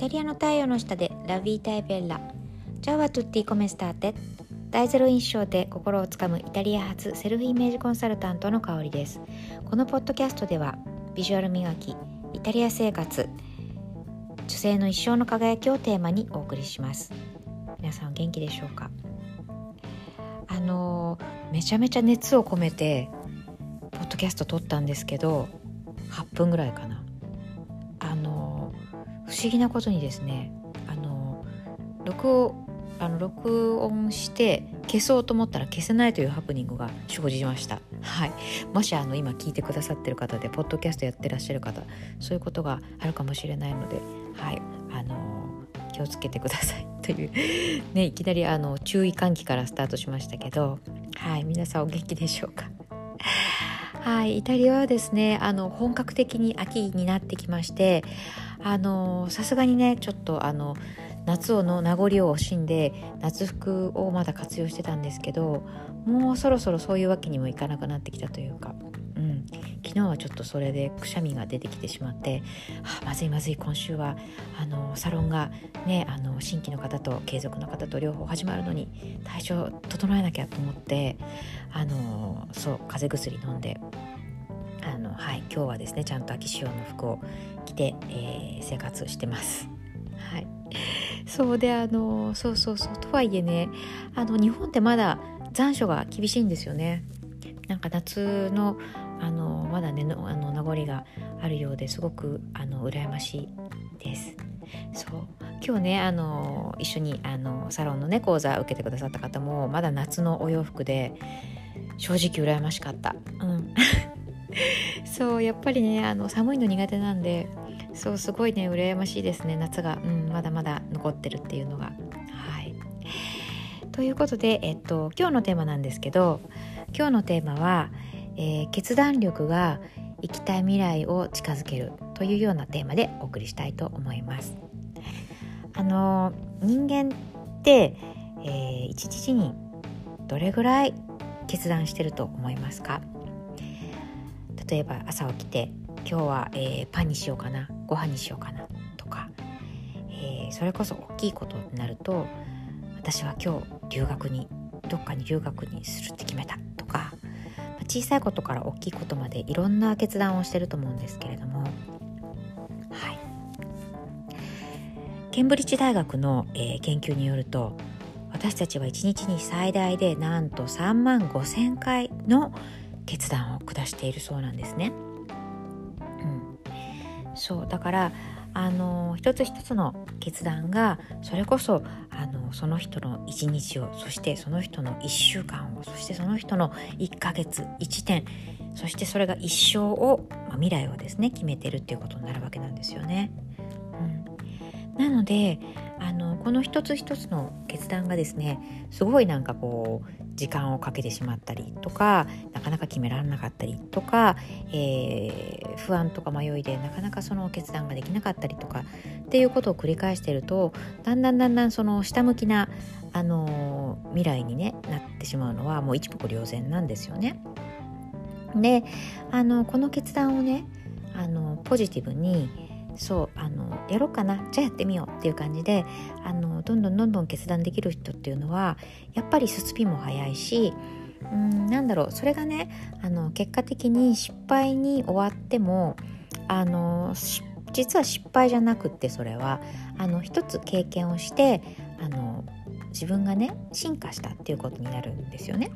タリアの太陽の下でラビータエベッラ。チャオアトゥッティコメスターテ。第ゼロ印象で心をつかむイタリア発セルフイメージコンサルタントの香りです。このポッドキャストではビジュアル磨き、イタリア生活、女性の一生の輝きをテーマにお送りします。皆さん元気でしょうか？めちゃめちゃ熱を込めてポッドキャスト撮ったんですけど、8分ぐらいかな。不思議なことにですね、録音して消そうと思ったら消せないというハプニングが生じました。はい、もし今聞いてくださってる方でポッドキャストやってらっしゃる方、そういうことがあるかもしれないので、はい、気をつけてくださいというね、いきなり注意喚起からスタートしましたけど、はい、皆さんお元気でしょうか？はい、イタリアはですね、本格的に秋になってきまして、さすがにね、ちょっと夏の名残を惜しんで夏服をまだ活用してたんですけど、もうそろそろそういうわけにもいかなくなってきたというか、昨日はちょっとそれでくしゃみが出てきてしまって、まずい今週はサロンがね、新規の方と継続の方と両方始まるのに体調整えなきゃと思って、風邪薬飲んで、今日はですね、ちゃんと秋仕様の服を着て、生活してます。はい、そうでとはいえね、日本ってまだ残暑が厳しいんですよね。なんか夏のまだね名残があるようですごく羨ましいです。そう今日ね一緒にサロンのね講座を受けてくださった方もまだ夏のお洋服で正直羨ましかった。そうやっぱりね寒いの苦手なんで、そうすごいね羨ましいですね、夏が、まだまだ残ってるっていうのが。はい、ということで、今日のテーマなんですけど、今日のテーマは、決断力が生きたい未来を近づけるというようなテーマでお送りしたいと思います。人間って、一日にどれぐらい決断してると思いますか？例えば朝起きて今日は、パンにしようかな、ご飯にしようかなとか、それこそ大きいことになると、私は今日どっかに留学にするって決めたとか、小さいことから大きいことまでいろんな決断をしてると思うんですけれども、はい、ケンブリッジ大学の、研究によると、私たちは1日に最大でなんと3万5,000回の決断を下しているそうなんですね。そうだから一つ一つの決断がそれこそその人の一日を、そしてその人の1週間を、そしてその人の1ヶ月1年、そしてそれが一生を、未来をですね決めてるっていうことになるわけなんですよね。なのでこの一つ一つの決断がですね、すごいなんかこう時間をかけてしまったりとか、なかなか決められなかったりとか、不安とか迷いでなかなかその決断ができなかったりとかっていうことを繰り返していると、だんだんその下向きな未来に、なってしまうのはもう一目瞭然なんですよね。でこの決断をねポジティブにやろうかな、じゃあやってみようっていう感じでどんどん決断できる人っていうのはやっぱりスピンも早いし、それがね結果的に失敗に終わっても実は失敗じゃなくって、それは一つ経験をして自分がね進化したっていうことになるんですよね。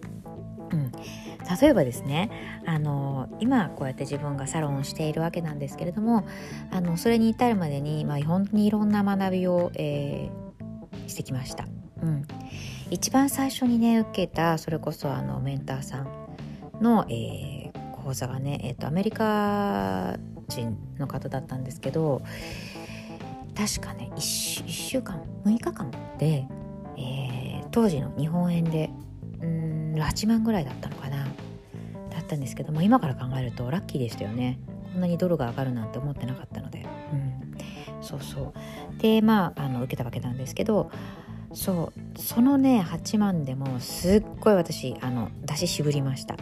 例えばですね今こうやって自分がサロンをしているわけなんですけれども、それに至るまでに、本当にいろんな学びを、してきました。一番最初にね受けたそれこそメンターさんの、講座がね、アメリカ人の方だったんですけど、確かね 1週間6日間で、当時の日本円で8万ぐらいだったのかな、だったんですけども、今から考えるとラッキーでしたよね。こんなにドルが上がるなんて思ってなかったので、で受けたわけなんですけど、そのね8万でもすっごい私出し渋りました。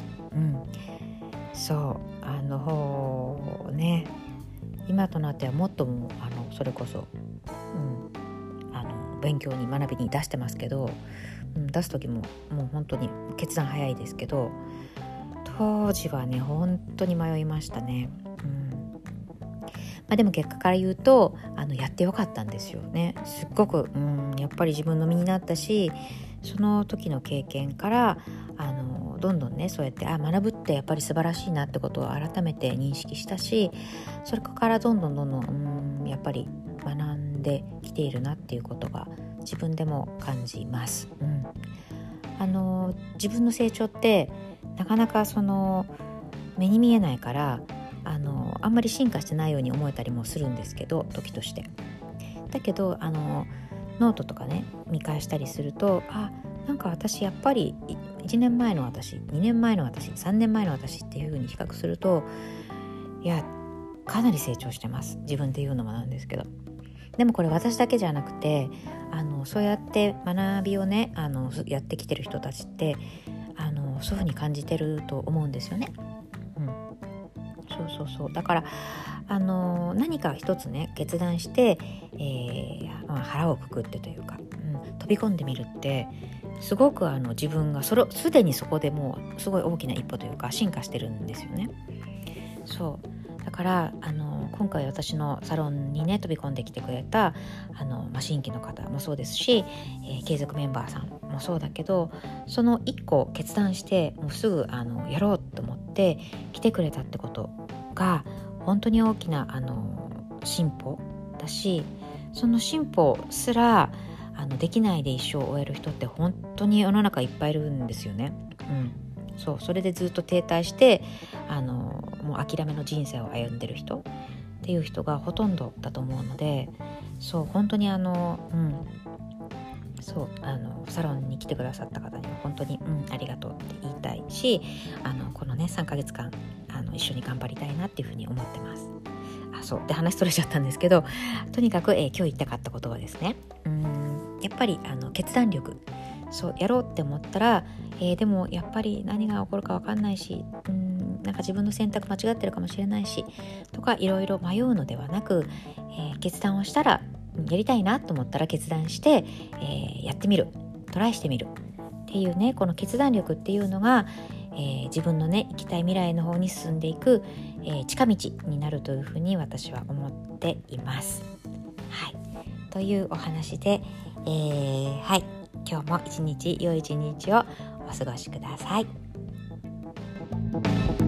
今となってはもっともそれこそ勉強に学びに出してますけど、出す時ももう本当に決断早いですけど、当時はね本当に迷いましたね。でも結果から言うとやってよかったんですよね。すっごくやっぱり自分の身になったし、その時の経験からどんどんねそうやって学ぶってやっぱり素晴らしいなってことを改めて認識したし、それからどんどんやっぱり学んできているなっていうことが自分でも感じます。自分の成長ってなかなか目に見えないからあんまり進化してないように思えたりもするんですけど、時として。だけどノートとかね見返したりすると、なんか私やっぱり1年前の私、2年前の私、3年前の私っていう風に比較すると、いやかなり成長してます。自分で言うのもなんですけど。でもこれ私だけじゃなくてそうやって学びをねやってきてる人たちってそういう風に感じてると思うんですよね。そうだから何か一つね決断して、腹をくくってというか、飛び込んでみるってすごく自分がすでにそこでもうすごい大きな一歩というか進化してるんですよね。だから今回私のサロンにね飛び込んできてくれた新規の方もそうですし、継続メンバーさんもそうだけど、その一個決断してもうすぐやろうと思って来てくれたってことが本当に大きな進歩だし、その進歩すらできないで一生を終える人って本当に世の中いっぱいいるんですよね。それでずっと停滞してもう諦めの人生を歩んでる人っていう人がほとんどだと思うので、本当にサロンに来てくださった方には本当に、ありがとうって言いたいし、このね3ヶ月間一緒に頑張りたいなっていうふうに思ってます。で話それちゃったんですけど、とにかく、今日言いたかったことはですね、やっぱり決断力、やろうって思ったら、でもやっぱり何が起こるか分かんないし、なんか自分の選択間違ってるかもしれないしとかいろいろ迷うのではなく、決断をしたらやりたいなと思ったら決断して、やってみる、トライしてみるっていうね、この決断力っていうのが、自分のね行きたい未来の方に進んでいく、近道になるというふうに私は思っています。というお話で、今日も良い一日をお過ごしください。